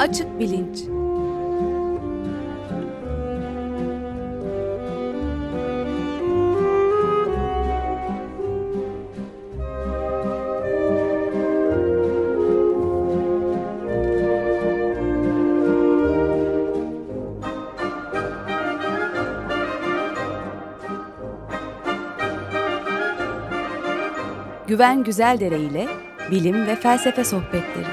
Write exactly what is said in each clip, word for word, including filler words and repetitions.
Açık Bilinç. Güven Güzeldere ile bilim ve felsefe sohbetleri.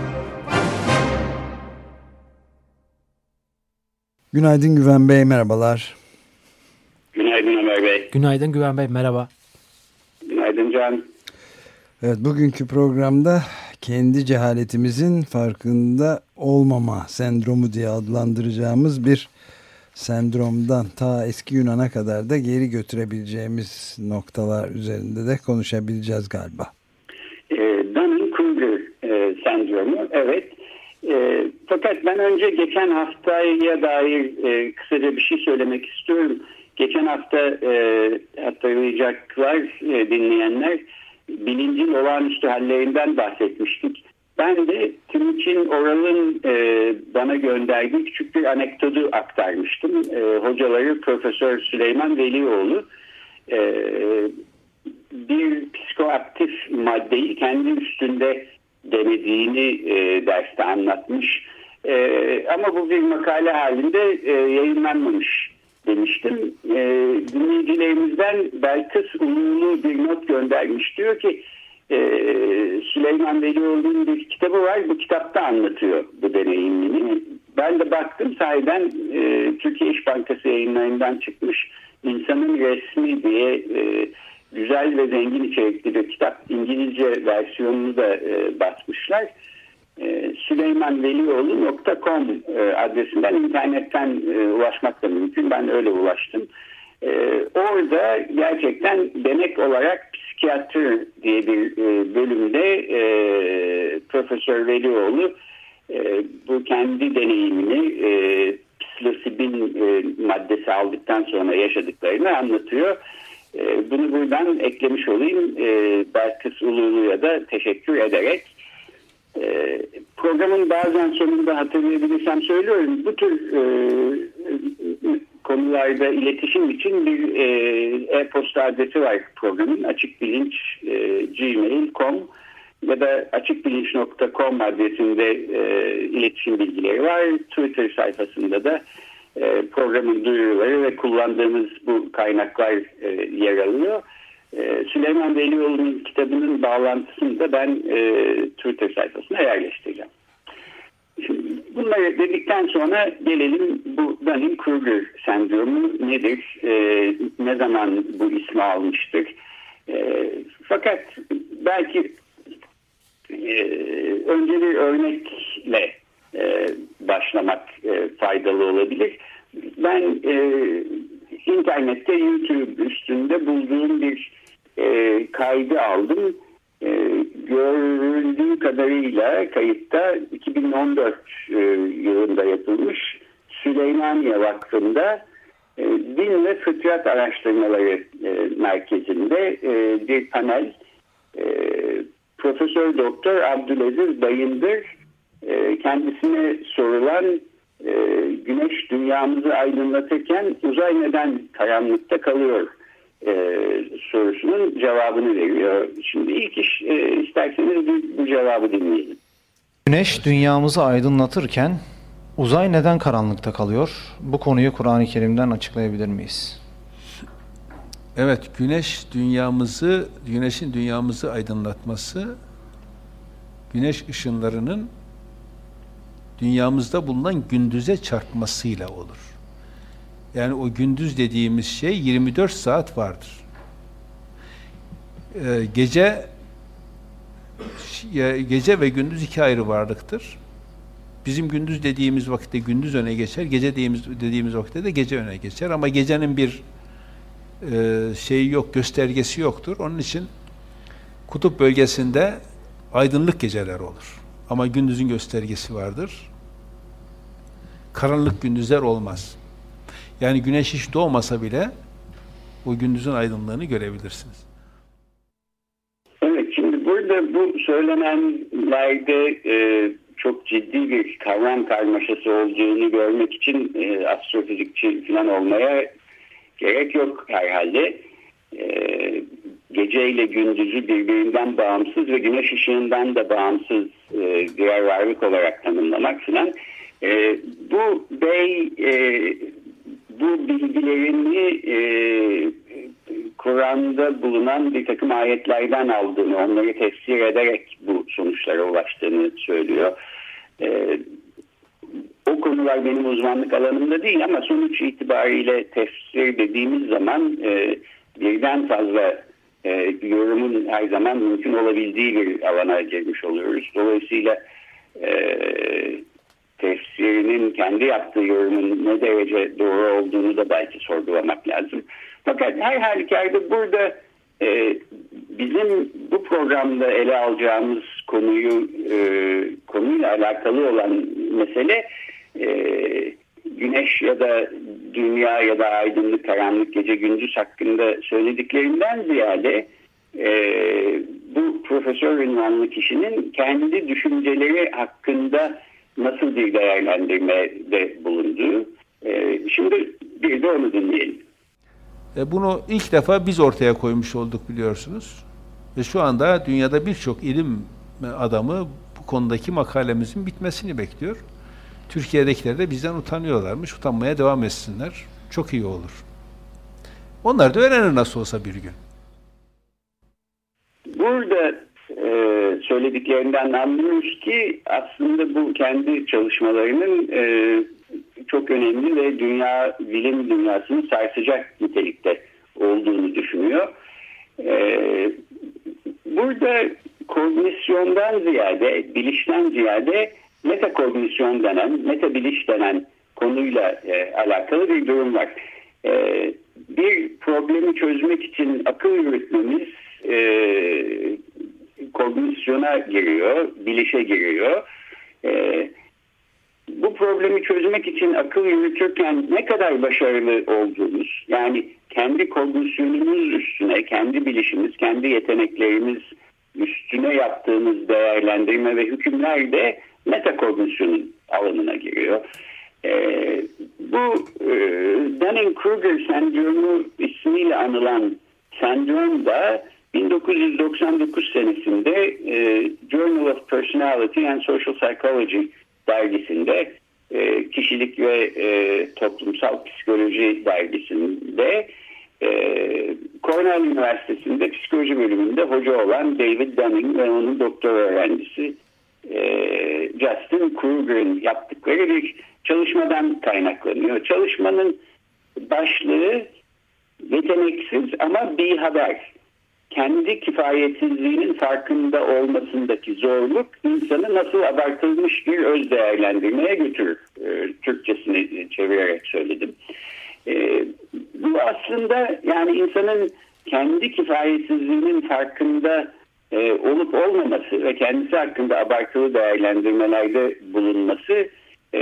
Günaydın Güven Bey, merhabalar. Günaydın Ömer Bey. Günaydın Güven Bey, merhaba. Günaydın Can. Evet, bugünkü programda kendi cehaletimizin farkında olmama sendromu diye adlandıracağımız bir sendromdan ta eski Yunan'a kadar da geri götürebileceğimiz noktalar üzerinde de konuşabileceğiz galiba. E, Dunning-Kruger e, sendromu, evet. E, fakat ben önce geçen haftaya dair e, kısaca bir şey söylemek istiyorum. Geçen hafta e, hatırlayacaklar e, dinleyenler, bilincin olağanüstü hallerinden bahsetmiştik. Ben de Timuçin Oral'ın e, bana gönderdiği küçük bir anekdotu aktarmıştım. E, hocaları Profesör Süleyman Velioğlu e, bir psikoaktif maddeyi kendi üstünde denediğini e, derste anlatmış. E, ama bu bir makale halinde e, yayınlanmamış demiştim. E, dinleyicilerimizden Belkıs Uluğlu bir not göndermiş. Diyor ki Ee, Süleyman Velioğlu'nun bir kitabı var. Bu kitapta anlatıyor bu deneyimini. Ben de baktım, sahiden e, Türkiye İş Bankası yayınlarından çıkmış İnsanın Resmi diye e, güzel ve zengin içerikli bir kitap. İngilizce versiyonunu da e, basmışlar. E, süleyman velioğlu nokta com e, adresinden internetten e, ulaşmak da mümkün. Ben öyle ulaştım. Ee, orada gerçekten denek olarak psikiyatri diye bir e, bölümde e, Profesör Velioğlu e, bu kendi deneyimini e, psilosibin e, maddesi aldıktan sonra yaşadıklarını anlatıyor. E, bunu buradan eklemiş olayım. E, Belkıs Uluğlu'ya da teşekkür ederek. E, programın bazen sonunda hatırlayabilirsem söylüyorum. Bu tür e, konularda iletişim için bir e, e-posta adresi var programın. Açıkbilinç e, gmail nokta com ya da açıkbilinç nokta com adresinde e, iletişim bilgileri var. Twitter sayfasında da e, programın duyuruları ve kullandığımız bu kaynaklar e, yer alıyor. E, Süleyman Velioğlu'nun kitabının bağlantısını da ben e, Twitter sayfasına yerleştireceğim. Şimdi bunları dedikten sonra gelelim bu Dunning-Kruger sendromu nedir? E, ne zaman bu ismi almıştır? E, fakat belki e, önce bir örnekle e, başlamak e, faydalı olabilir. Ben e, internette YouTube üstünde bulduğum bir e, kaydı aldım. E, görüldüğü kadarıyla kayıtta iki bin on dört e, yılında yapılmış Süleymaniye Vakfı'nda e, Din ve Fıtrat Araştırmaları e, Merkezi'nde e, bir panel e, Profesör Doktor Abdülaziz Bayındır e, kendisine sorulan e, Güneş dünyamızı aydınlatırken uzay neden karanlıkta kalıyor E, sorusunun cevabını veriyor. Şimdi ilk iş e, isterseniz bu, bu cevabı dinleyelim. Güneş dünyamızı aydınlatırken uzay neden karanlıkta kalıyor? Bu konuyu Kur'an-ı Kerim'den açıklayabilir miyiz? Evet, güneş dünyamızı, güneşin dünyamızı aydınlatması, güneş ışınlarının dünyamızda bulunan gündüze çarpmasıyla olur. Yani o gündüz dediğimiz şey yirmi dört saat vardır. Ee, gece gece ve gündüz iki ayrı varlıktır. Bizim gündüz dediğimiz vakitte gündüz öne geçer, gece dediğimiz, dediğimiz vakitte de gece öne geçer. Ama gecenin bir e, şeyi yok, göstergesi yoktur. Onun için kutup bölgesinde aydınlık geceler olur. Ama gündüzün göstergesi vardır. Karanlık gündüzler olmaz. Yani güneş hiç doğmasa bile o gündüzün aydınlığını görebilirsiniz. Evet, şimdi burada bu söylenenlerde e, çok ciddi bir kavram karmaşası olduğunu görmek için e, astrofizikçi falan olmaya gerek yok herhalde. E, gece ile gündüzü birbirinden bağımsız ve güneş ışığından da bağımsız e, birer varlık olarak tanımlamak falan. E, bu bey e, bu bilgilerini e, Kur'an'da bulunan bir takım ayetlerden aldığını, onları tefsir ederek bu sonuçlara ulaştığını söylüyor. E, o konular benim uzmanlık alanımda değil ama sonuç itibariyle tefsir dediğimiz zaman e, birden fazla e, yorumun her zaman mümkün olabildiği bir alana girmiş oluyoruz. Dolayısıyla e, tefsirinin kendi yaptığı yorumun ne derece doğru olduğunu da belki sorgulamak lazım. Fakat her halükarda burada e, bizim bu programda ele alacağımız konuyu e, konuyla alakalı olan mesele e, güneş ya da dünya ya da aydınlık, karanlık, gece gündüz hakkında söylediklerinden ziyade e, bu profesör ünvanlı kişinin kendi düşünceleri hakkında nasıl bir değerlendirmede bulunduğu. E, şimdi bir de onu dinleyelim. Bunu ilk defa biz ortaya koymuş olduk biliyorsunuz. Ve şu anda dünyada birçok ilim adamı bu konudaki makalemizin bitmesini bekliyor. Türkiye'dekiler de bizden utanıyorlarmış. Utanmaya devam etsinler. Çok iyi olur. Onlar da öğrenir nasıl olsa bir gün. Burada e, söylediklerinden anlıyoruz ki aslında bu kendi çalışmalarının e, çok önemli ve dünya bilim dünyasını sarsacak nitelikte olduğunu düşünüyor. Ee, burada kognisyondan ziyade, bilişten ziyade metakognisyon denen, metabiliş denen konuyla e, alakalı bir durum var. E, bir problemi çözmek için akıl yürütmemiz e, kognisyona giriyor, bilişe giriyor. E, Bu problemi çözmek için akıl yürütürken ne kadar başarılı olduğumuz, yani kendi kognisyonumuz üstüne, kendi bilişimiz, kendi yeteneklerimiz üstüne yaptığımız değerlendirme ve hükümler de metakognisyonun alanına giriyor. Ee, bu e, Dunning-Kruger sendromu ismiyle anılan sendrom da bin dokuz yüz doksan dokuz senesinde e, Journal of Personality and Social Psychology dergisinde, e, kişilik ve e, toplumsal psikoloji dergisinde, e, Cornell Üniversitesi'nde psikoloji bölümünde hoca olan David Dunning ve onun doktor öğrencisi e, Justin Kruger'ın yaptıkları bir çalışmadan kaynaklanıyor. Çalışmanın başlığı yeteneksiz ama bir haber. Kendi kifayetsizliğinin farkında olmasındaki zorluk insanı nasıl abartılmış bir öz değerlendirmeye götürür. E, Türkçesini çevirerek söyledim. E, bu aslında yani insanın kendi kifayetsizliğinin farkında e, olup olmaması ve kendisi hakkında abartılı değerlendirmelerde bulunması e,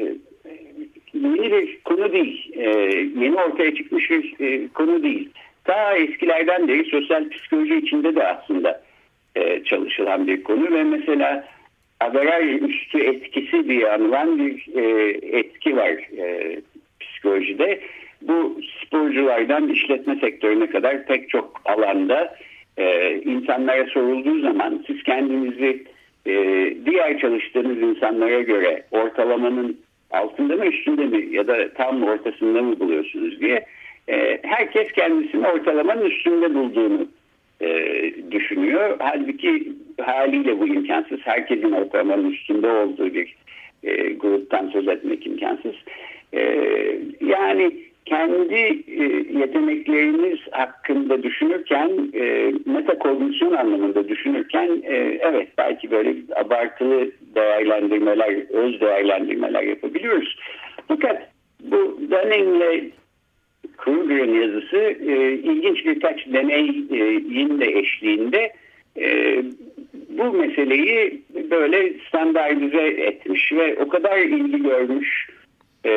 yeni bir konu değil. E, yeni ortaya çıkmış bir e, konu değil. Ta eskilerden beri sosyal psikoloji içinde de aslında e, çalışılan bir konu ve mesela averaj üstü etkisi diye anılan bir e, etki var e, psikolojide. Bu sporculardan işletme sektörüne kadar pek çok alanda e, insanlara sorulduğu zaman siz kendinizi e, diğer çalıştığınız insanlara göre ortalamanın altında mı üstünde mi ya da tam ortasında mı buluyorsunuz diye herkes kendisini ortalamanın üstünde bulduğunu e, düşünüyor. Halbuki haliyle bu imkansız. Herkesin ortalamanın üstünde olduğu bir e, gruptan söz etmek imkansız. E, yani kendi e, yetenekleriniz hakkında düşünürken, e, metakognisyon anlamında düşünürken, e, evet belki böyle abartılı değerlendirmeler, öz değerlendirmeler yapabiliyoruz. Fakat bu Dunning'le Kruger'ın yazısı e, ilginç birkaç deneyin de eşliğinde e, bu meseleyi böyle standartize etmiş ve o kadar ilgi görmüş, e,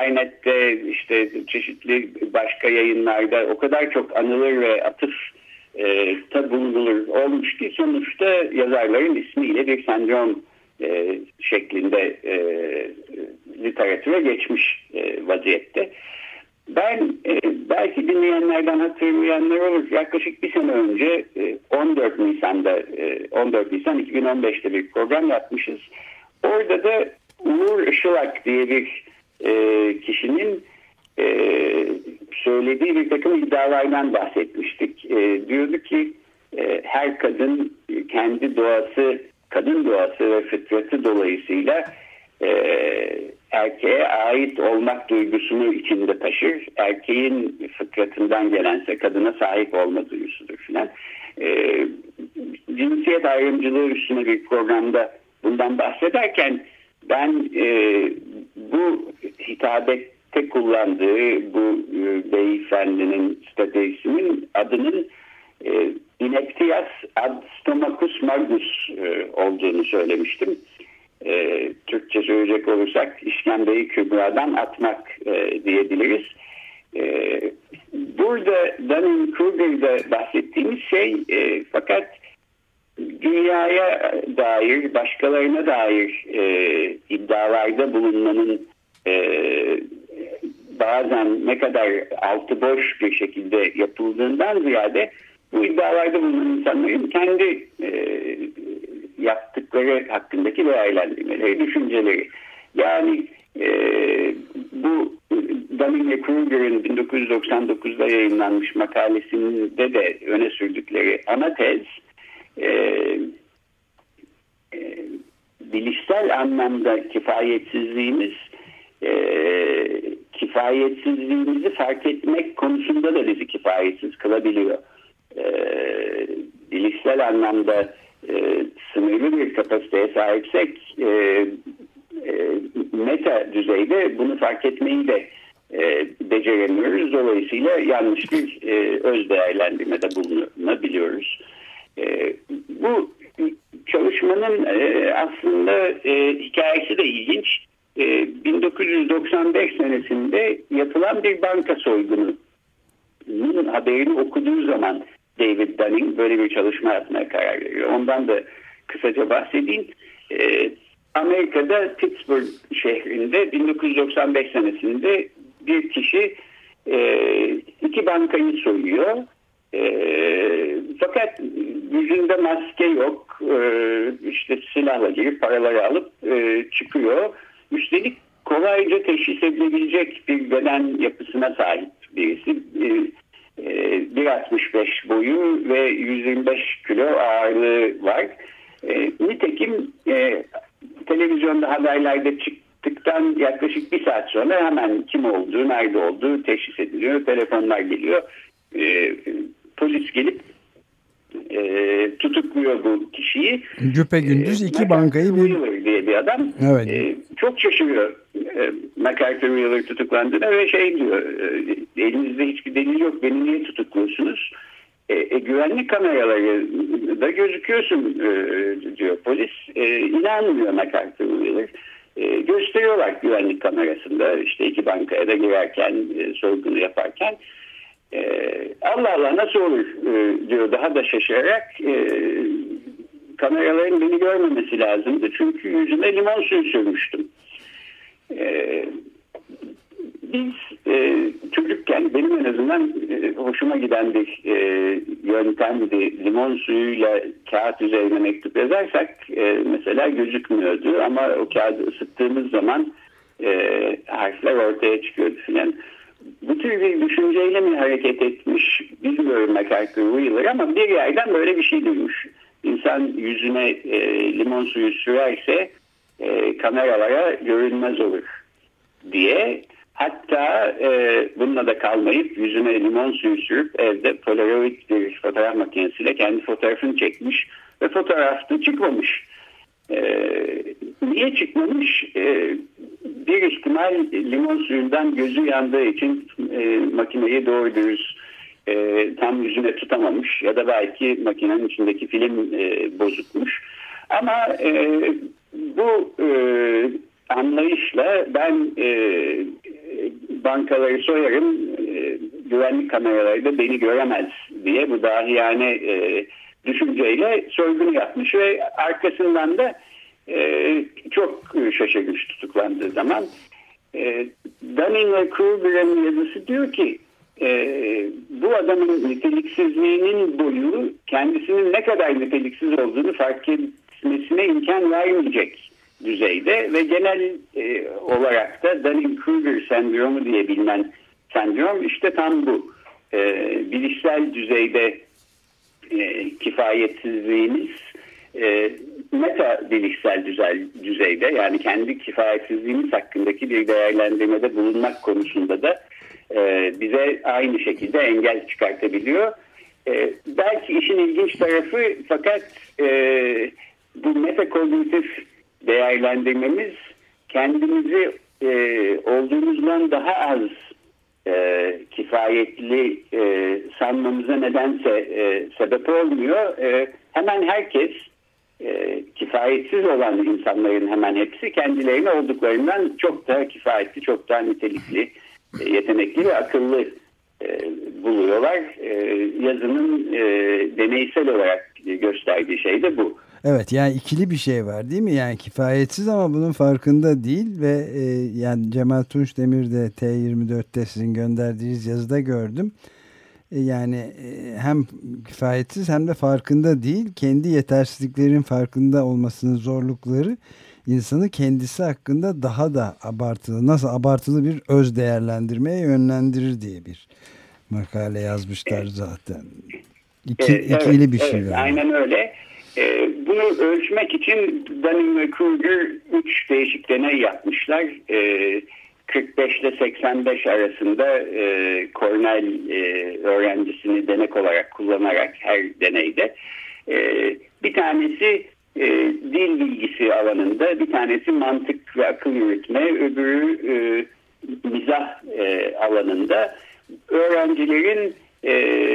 internette işte çeşitli başka yayınlarda o kadar çok anılır ve atıf e, ta bulunur olmuş ki sonuçta yazarların ismiyle bir sendrom e, şeklinde e, literatüre geçmiş e, vaziyette. Ben e, belki dinleyenlerden hatırlayanlar olur. Yaklaşık bir sene önce e, on dört Nisan'da e, on dört Nisan iki bin on beşte bir program yapmışız. Orada da Uğur Işılak diye bir e, kişinin e, söylediği bir takım iddialardan bahsetmiştik. E, diyordu ki e, her kadın kendi doğası, kadın doğası ve fıtratı dolayısıyla e, erkeğe ait olmak duygusunu içinde taşır. Erkeğin fıtratından gelense kadına sahip olma duygusudur filan. E, cinsiyet ayrımcılığı üstüne bir programda bundan bahsederken ben e, bu hitabette kullandığı bu e, beyefendinin stratejisinin adının e, Ineptias ad stomachus magnus e, olduğunu söylemiştim. E, Türkçe söyleyecek olursak işkembeyi kübradan atmak e, diyebiliriz. E, burada Dunning-Kruger'da bahsettiğimiz şey e, fakat dünyaya dair, başkalarına dair e, iddialarda bulunmanın e, bazen ne kadar altı boş bir şekilde yapıldığından ziyade bu iddialarda bulunan insanların kendi e, yaptıkları hakkındaki değerlendirmeleri, düşünceleri. Yani e, bu Dunning-Kruger'ın bin dokuz yüz doksan dokuzda yayınlanmış makalesinde de öne sürdükleri ana tez e, e, bilişsel anlamda kifayetsizliğimiz e, kifayetsizliğimizi fark etmek konusunda da bizi kifayetsiz kılabiliyor. E, bilişsel anlamda e, sınırlı bir kapasiteye sahipsek e, e, meta düzeyde bunu fark etmeyi de e, beceremiyoruz. Dolayısıyla yanlış bir e, öz değerlendirmede bulunabiliyoruz. E, bu çalışmanın e, aslında e, hikayesi de ilginç. E, bin dokuz yüz doksan beş senesinde yapılan bir banka soygununun haberini okuduğu zaman David Dunning böyle bir çalışma yapmaya karar veriyor. Ondan da kısaca bahsedeyim. E, Amerika'da Pittsburgh şehrinde bin dokuz yüz doksan beş senesinde bir kişi e, iki bankayı soyuyor. E, fakat yüzünde maske yok. E, işte silahla girip paraları alıp e, çıkıyor. Üstelik kolayca teşhis edilebilecek bir beden yapısına sahip birisi. E, bir altmış beş boyu ve yüz yirmi beş kilo ağırlığı var. E, nitekim e, televizyonda haberlerde çıktıktan yaklaşık bir saat sonra hemen kim olduğu, nerede olduğu teşhis ediliyor. Telefonlar geliyor. E, polis gelip e, tutukluyor bu kişiyi. Güpegündüz iki e, bankayı bir... diye bir adam. Evet. E, çok şaşırıyor e, MacArthur Wheeler tutuklandığına ve şey diyor, e, elinizde hiçbir delil yok, beni niye tutukluyorsunuz? E, e, güvenlik kameraları da gözüküyorsun e, diyor polis. E, inanmıyor MacArthur Wheeler. E, gösteriyorlar güvenlik kamerasında işte iki bankaya da girerken, e, soygunu yaparken. Ee, Allah Allah nasıl olur e, diyor daha da şaşırarak. E, kameraların beni görmemesi lazımdı çünkü yüzüme limon suyu sürmüştüm. E, biz e, çocukken benim en azından e, hoşuma giden bir e, yöntemdi. Limon suyuyla kağıt üzerine mektup yazarsak e, mesela gözükmüyordu ama o kağıdı ısıttığımız zaman e, harfler ortaya çıkıyordu filan. Bu tür bir düşünceyle mi hareket etmiş bilmiyorum MacArthur Wheeler ama bir yerden böyle bir şey duymuş. İnsan yüzüne e, limon suyu sürerse e, kameralara görünmez olur diye. Hatta e, bununla da kalmayıp yüzüne limon suyu sürüp evde Polaroid bir fotoğraf makinesiyle kendi fotoğrafını çekmiş ve fotoğrafta çıkmamış. E, niye çıkmamış? E, bir ihtimal limon suyundan gözü yandığı için e, makineyi doğru dürüst e, tam yüzüne tutamamış ya da belki makinenin içindeki film e, bozukmuş. Ama e, bu e, anlayışla ben e, bankaları soyarım, e, güvenlik kameraları da beni göremez diye bu dahiyane e, düşünceyle soygunu yapmış ve arkasından da e, çok şaşırmış tutuklandığı zaman. E, Dunning ve Kruger'ın yazısı diyor ki e, bu adamın niteliksizliğinin boyu kendisinin ne kadar niteliksiz olduğunu fark etmesine imkan vermeyecek düzeyde ve genel e, olarak da Dunning-Kruger sendromu diye bilinen sendrom işte tam bu. E, bilişsel düzeyde e, kifayetsizliğimiz e, meta bilişsel düzeyde yani kendi kifayetsizliğimiz hakkındaki bir değerlendirmede bulunmak konusunda da e, bize aynı şekilde engel çıkartabiliyor. E, belki işin ilginç tarafı fakat e, bu metakognitif değerlendirmemiz kendimizi e, olduğumuzdan daha az e, kifayetli e, sanmamıza nedense e, sebep olmuyor. E, hemen herkes e, kifayetsiz olan insanların hemen hepsi kendilerini olduklarından çok daha kifayetli, çok daha nitelikli, e, yetenekli ve akıllı e, buluyorlar. E, yazının e, deneysel olarak gösterdiği şey de bu. Evet, yani ikili bir şey var değil mi? Yani kifayetsiz ama bunun farkında değil ve e, yani Cemal Tunç Demir de T yirmi dörtte sizin gönderdiğiniz yazıda gördüm. E, yani e, hem kifayetsiz hem de farkında değil. Kendi yetersizliklerin farkında olmasının zorlukları insanı kendisi hakkında daha da abartılı, nasıl abartılı bir öz değerlendirmeye yönlendirir diye bir makale yazmışlar zaten. İki, evet, ikili bir şey evet, var. Aynen öyle. Ee, bunu ölçmek için Dunning ve Kruger üç değişik deney yapmışlar. Ee, kırk beş ile seksen beş arasında e, Cornell e, öğrencisini denek olarak kullanarak her deneyde. E, bir tanesi e, dil bilgisi alanında, bir tanesi mantık ve akıl yürütme, öbürü e, mizah e, alanında öğrencilerin e,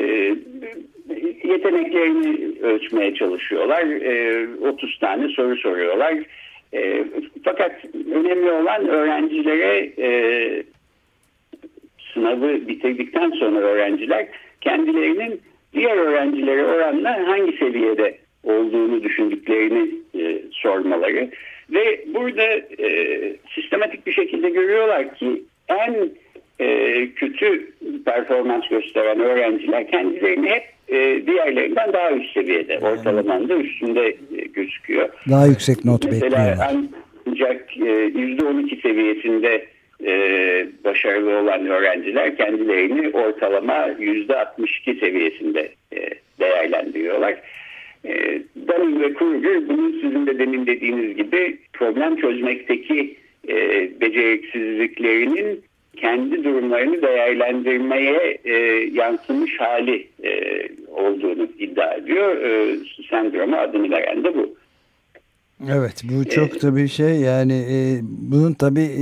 yeteneklerini ölçmeye çalışıyorlar. E, otuz tane soru soruyorlar. E, fakat önemli olan öğrencilere e, sınavı bitirdikten sonra öğrenciler kendilerinin diğer öğrencilere oranla hangi seviyede olduğunu düşündüklerini e, sormaları. Ve burada e, sistematik bir şekilde görüyorlar ki en e, kötü performans gösteren öğrenciler kendilerini hep e, diğerlerinden daha üst seviyede, ortalamanın da üstünde e, gözüküyor. Daha yüksek not Mesela bekliyorlar. ancak yüzde on iki seviyesinde e, başarılı olan öğrenciler kendilerini ortalama yüzde altmış iki seviyesinde e, değerlendiriyorlar. E, Dunning ve Kruger bunun sizin de demin dediğiniz gibi problem çözmekteki e, beceriksizliklerinin kendi durumlarını değerlendirmeye e, yansımış hali e, olduğunu iddia ediyor. E, sendroma adını veren de bu. Evet, bu çok da bir şey yani e, bunun tabii e,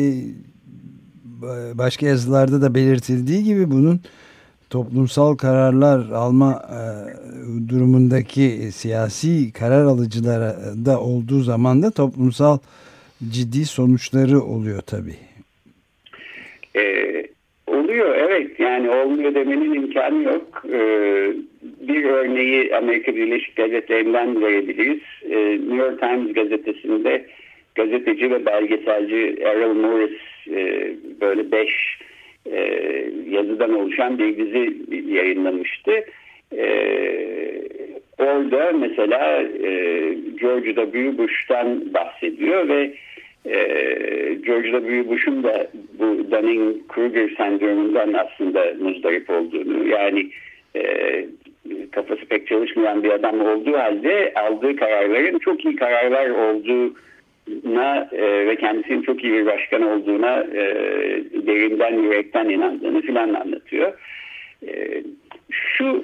başka yazılarda da belirtildiği gibi bunun toplumsal kararlar alma e, durumundaki siyasi karar alıcılara da olduğu zaman da toplumsal ciddi sonuçları oluyor tabii. Ee, oluyor evet, yani olmuyor demenin imkanı yok. Ee, bir örneği Amerika Birleşik Devletleri'nden verebiliriz. Ee, New York Times gazetesinde gazeteci ve belgeselci Errol Morris e, böyle beş e, yazıdan oluşan bir dizi yayınlamıştı. Ee, orada mesela e, George W. Bush'tan bahsediyor ve Ee, George W. Bush'un da bu Dunning-Kruger sendromundan aslında muzdarip olduğunu, yani e, kafası pek çalışmayan bir adam olduğu halde aldığı kararların çok iyi kararlar olduğuna e, ve kendisinin çok iyi bir başkan olduğuna e, derinden, yürekten inandığını filan anlatıyor. E, şu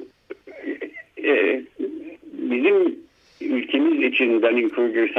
e, bizim ülkemiz için Dunning-Kruger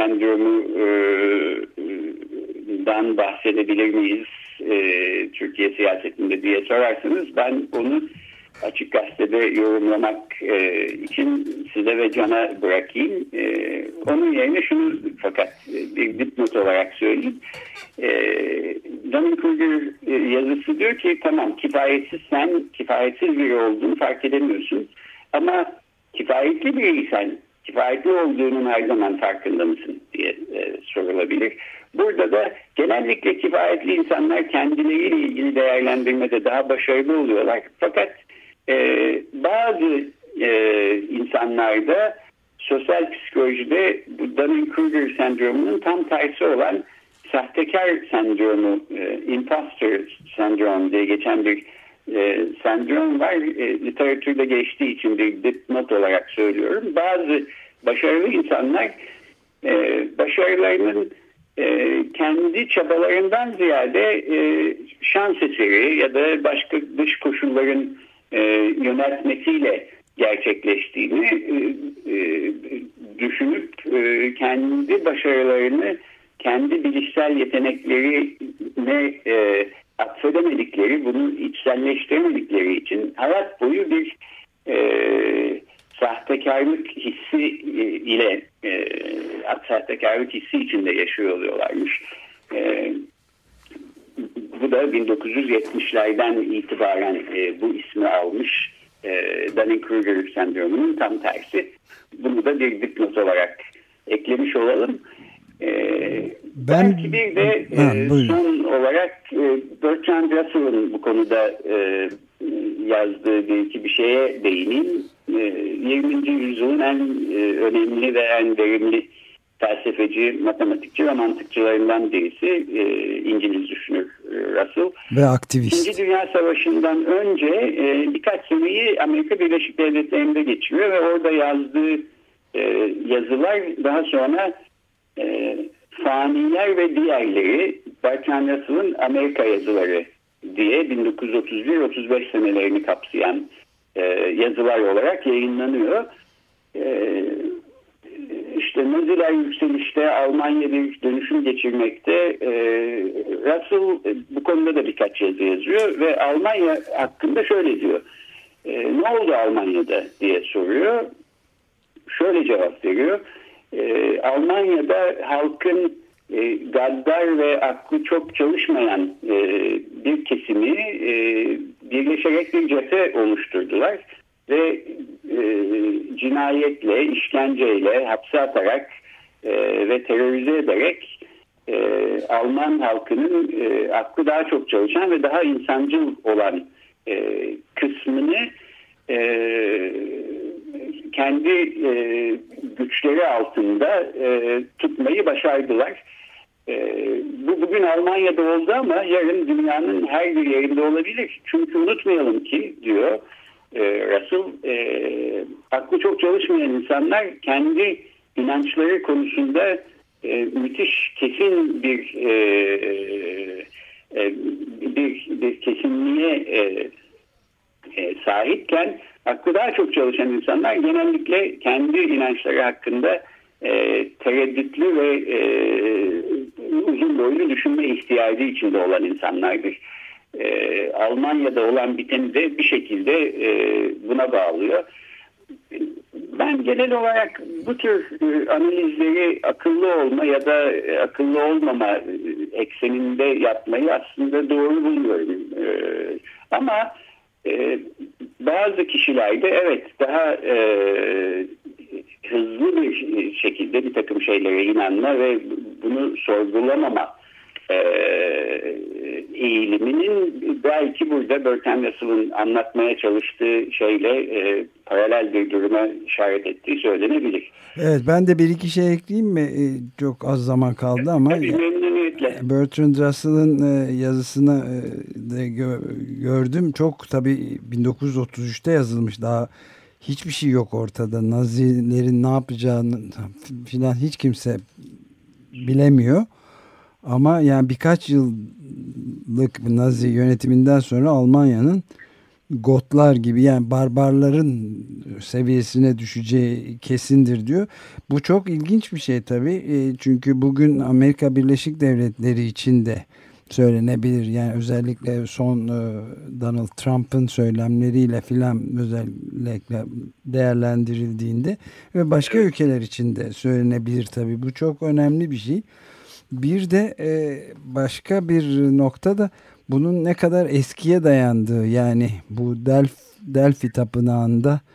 sendromundan bahsedebilir miyiz e, Türkiye siyasetinde diye sorarsanız, ben onu Açık Gazete'de yorumlamak e, için size ve Can'a bırakayım. E, onun yerine şunu fakat bir dipnot olarak söyleyeyim. E, Dunning-Kruger yazısı diyor ki tamam, kifayetsiz, sen kifayetsiz biri olduğunu fark edemiyorsun. ama kifayetli biriysen, kifayetli olduğunun her zaman farkında mısın diye e, sorulabilir. Burada da genellikle kifayetli insanlar kendileriyle ilgili değerlendirmede daha başarılı oluyorlar. Fakat e, bazı e, insanlarda sosyal psikolojide bu Dunning-Kruger sendromunun tam tersi olan sahtekar sendromu, e, imposter sendrom diye geçen bir e, sendrom var. E, literatürde geçtiği için bir dipnot olarak söylüyorum. Bazı başarılı insanlar e, başarılarının e, kendi çabalarından ziyade e, şans eseri ya da başka dış koşulların e, yöneltmesiyle gerçekleştiğini e, e, düşünüp e, kendi başarılarını kendi bilişsel yeteneklerine e, atfedemedikleri, bunu içselleştiremedikleri için hayat boyu bir e, sahtekarlık hissi e, ile e, sahtekarlık hissi içinde yaşıyor oluyorlarmış. E, bu da bin dokuz yüz yetmişlerden itibaren e, bu ismi almış e, Dunning-Kruger sendromunun tam tersi. Bunu da bir dipnot olarak eklemiş olalım. Ee, ben, belki bir de ha, e, son olarak e, Bertrand Russell'ın bu konuda e, yazdığı bir iki bir şeye değineyim. E, yirminci yüzyılın en e, önemli ve en verimli felsefeci, matematikçi ve mantıkçılarından birisi e, İngiliz düşünür e, Russell. Ve aktivist. İkinci Dünya Savaşı'ndan önce e, birkaç seneyi Amerika Birleşik Devletleri'nde geçiriyor ve orada yazdığı e, yazılar daha sonra E, Faniler ve Diğerleri, Bertrand Russell'ın Amerika yazıları diye bin dokuz yüz otuz bir otuz beş senelerini kapsayan e, yazılar olarak yayınlanıyor. E, işte Naziler yükselişte, Almanya bir dönüşüm geçirmekte. E, Russell e, bu konuda da birkaç yazı yazıyor ve Almanya hakkında şöyle diyor. E, ne oldu Almanya'da diye soruyor. Şöyle cevap veriyor. Ee, Almanya'da halkın e, gaddar ve aklı çok çalışmayan e, bir kesimi e, birleşerek bir cephe oluşturdular ve e, cinayetle, işkenceyle, hapse atarak e, ve terörize ederek e, Alman halkının e, aklı daha çok çalışan ve daha insancıl olan e, kısmını e, kendi e, güçleri altında e, tutmayı başardılar. E, bu bugün Almanya'da oldu ama yarın dünyanın her bir yerinde olabilir. Çünkü unutmayalım ki diyor e, Russell, e, aklı çok çalışmayan insanlar kendi inançları konusunda e, müthiş kesin bir e, e, bir, bir kesinliğe e, e, sahipken aklı daha çok çalışan insanlar genellikle kendi inançları hakkında e, tereddütlü ve e, uzun boylu düşünme ihtiyacı içinde olan insanlardır. E, Almanya'da olan biteni de bir şekilde e, buna bağlıyor. Ben genel olarak bu tür e, analizleri akıllı olma ya da e, akıllı olmama e, ekseninde yapmayı aslında doğru buluyorum. E, ama e, bazı kişilerde evet daha e, hızlı bir şekilde bir takım şeylere inanma ve bunu sorgulamama e, eğiliminin belki burada Bertrand Russell'ın anlatmaya çalıştığı şeyle e, paralel bir duruma işaret ettiği söylenebilir. Evet, ben de bir iki şey ekleyeyim mi? E, çok az zaman kaldı ama tabii, memnuniyetle. Bertrand Russell'ın e, yazısını e, de gö gördüm. Çok tabii bin dokuz yüz otuz üçte yazılmış. Daha hiçbir şey yok ortada. Nazilerin ne yapacağını filan hiç kimse bilemiyor. Ama yani birkaç yıllık Nazi yönetiminden sonra Almanya'nın Gotlar gibi yani barbarların seviyesine düşeceği kesindir diyor. Bu çok ilginç bir şey tabii. E, çünkü bugün Amerika Birleşik Devletleri için de söylenebilir. Yani özellikle son e, Donald Trump'ın söylemleriyle filan özellikle değerlendirildiğinde ve başka ülkeler için de söylenebilir tabii. Bu çok önemli bir şey. Bir de e, başka bir nokta da bunun ne kadar eskiye dayandığı, yani bu Delf, Delphi Tapınağı'nda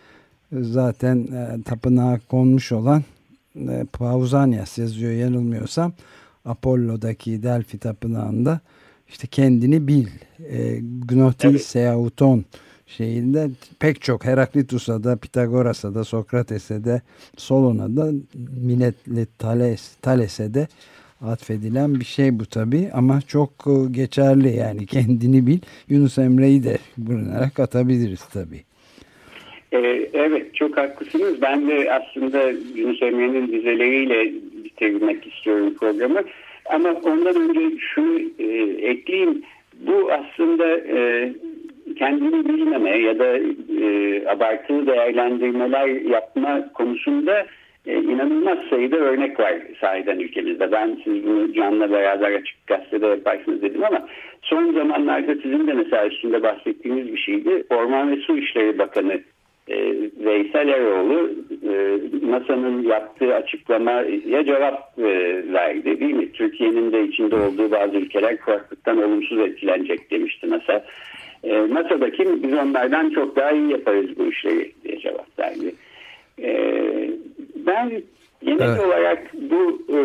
zaten e, tapınağa konmuş olan e, Pausanias yazıyor yanılmıyorsam, Apollo'daki Delphi tapınağında işte kendini bil, e, Gnoti Evet. Seauton şeyinde pek çok, Heraklitus'a da, Pitagoras'a da, Sokrates'e de, Solon'a da, Miletli Thales, Thales'e de atfedilen bir şey bu tabii, ama çok e, geçerli yani, kendini bil. Yunus Emre'yi de buraya katabiliriz tabii. Ee, evet, çok haklısınız. Ben de aslında Yunus Emre'nin dizeleriyle bitirmek istiyorum programı. Ama ondan önce şunu e, ekleyeyim. Bu aslında e, kendini bilmeme ya da e, abartılı değerlendirmeler yapma konusunda e, inanılmaz sayıda örnek var sahiden ülkemizde. Ben siz bunu Can'la beraber Açık Gazete'de yaparsınız dedim ama son zamanlarda sizin de mesela üstünde bahsettiğiniz bir şeydi. Orman ve Su İşleri Bakanı e, Veysel Eroğlu e, NASA'nın yaptığı açıklamaya cevap e, verdi, değil mi? Türkiye'nin de içinde olduğu bazı ülkeler kuraklıktan olumsuz etkilenecek demişti NASA. E, NASA'daki biz onlardan çok daha iyi yaparız bu işleri diye cevap verdi. E, ben genel Evet. olarak bu e,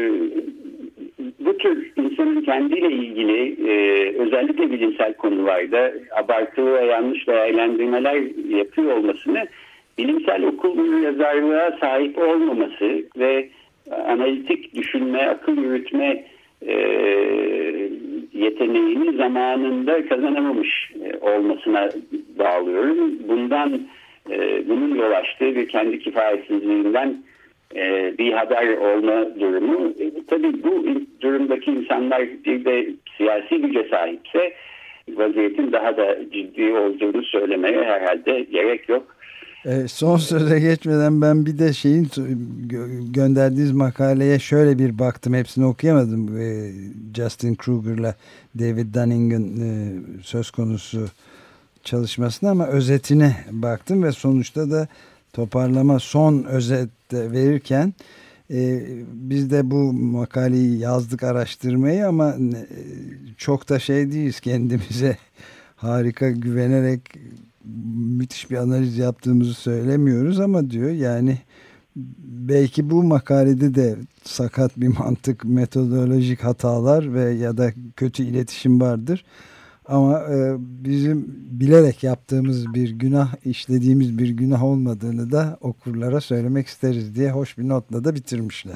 bu tür insanın kendiyle ilgili e, özellikle bilimsel konularda abartılı ve yanlış değerlendirmeler yapıyor olmasını, bilimsel okul yazarlığa sahip olmaması ve analitik düşünme, akıl yürütme e, yeteneğini zamanında kazanamamış e, olmasına bağlıyorum. Bundan e, bunun yol açtığı ve kendi kifayetsizliğinden e, bir haber olma durumu. E, tabii bu durumdaki insanlar bir de siyasi güce sahipse vaziyetin daha da ciddi olduğunu söylemeye herhalde gerek yok. E, son söze geçmeden ben bir de şeyin gö- gönderdiğiniz makaleye şöyle bir baktım. Hepsini okuyamadım. E, Justin Kruger'la David Dunning'in e, söz konusu çalışmasına, ama özetine baktım ve sonuçta da toparlama, son özet verirken e, biz de bu makaleyi yazdık, araştırmayı, ama e, çok da şey değiliz, kendimize harika güvenerek müthiş bir analiz yaptığımızı söylemiyoruz, ama diyor yani belki bu makalede de sakat bir mantık, metodolojik hatalar ve ya da kötü iletişim vardır. Ama e, bizim bilerek yaptığımız bir günah, işlediğimiz bir günah olmadığını da okurlara söylemek isteriz diye hoş bir notla da bitirmişler.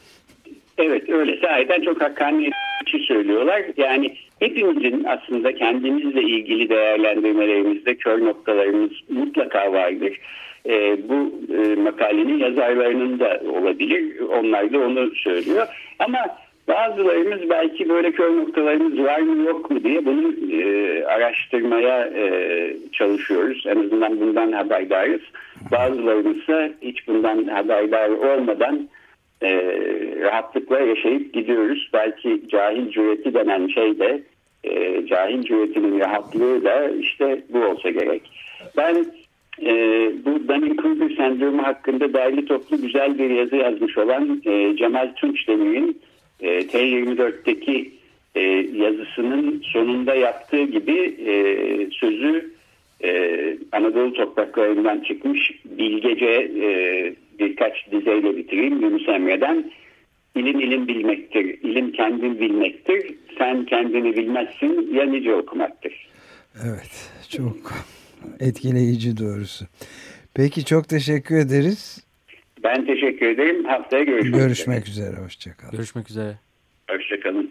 Evet, öyle. Sahiden çok hakkaniyetçi söylüyorlar. Yani hepimizin aslında kendimizle ilgili değerlendirmelerimizde kör noktalarımız mutlaka vardır. E, bu e, makalenin yazarlarının da olabilir. Onlar da onu söylüyor. Ama bazılarımız belki böyle kör noktalarımız var mı yok mu diye bunu e, araştırmaya e, çalışıyoruz. En azından bundan haberdarız. Bazılarımız ise hiç bundan haberdar olmadan e, rahatlıkla yaşayıp gidiyoruz. Belki cahil cüreti denen şey de e, cahil cüretinin rahatlığı da işte bu olsa gerek. Ben e, bu Dunning-Kruger sendromu hakkında derli toplu güzel bir yazı yazmış olan e, Cemal Tunçdemir'in e, T yirmi dörtteki e, yazısının sonunda yaptığı gibi e, sözü e, Anadolu topraklarından çıkmış bilgece e, birkaç dizeyle bitireyim. Yunus Emre'den: İlim ilim bilmektir, ilim kendin bilmektir, sen kendini bilmezsin ya nice okumaktır. Evet, çok etkileyici doğrusu. Peki, çok teşekkür ederiz. Ben teşekkür ederim. Haftaya görüşmek, görüşmek üzere. üzere. Hoşçakalın. Görüşmek üzere. Hoşçakalın.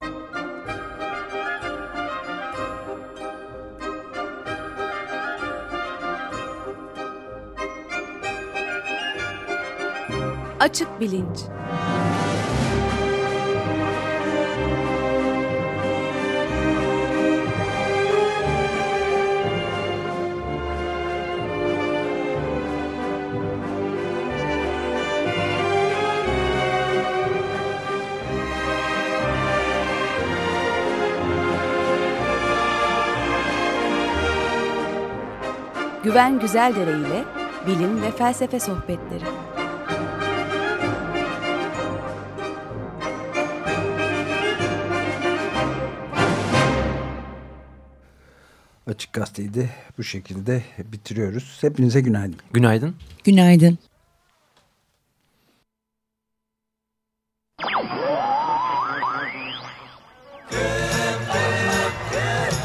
Açık Bilinç. Güven Güzeldere ile bilim ve felsefe sohbetleri. Açık Gazete'yi de bu şekilde bitiriyoruz. Hepinize günaydın. Günaydın. Günaydın.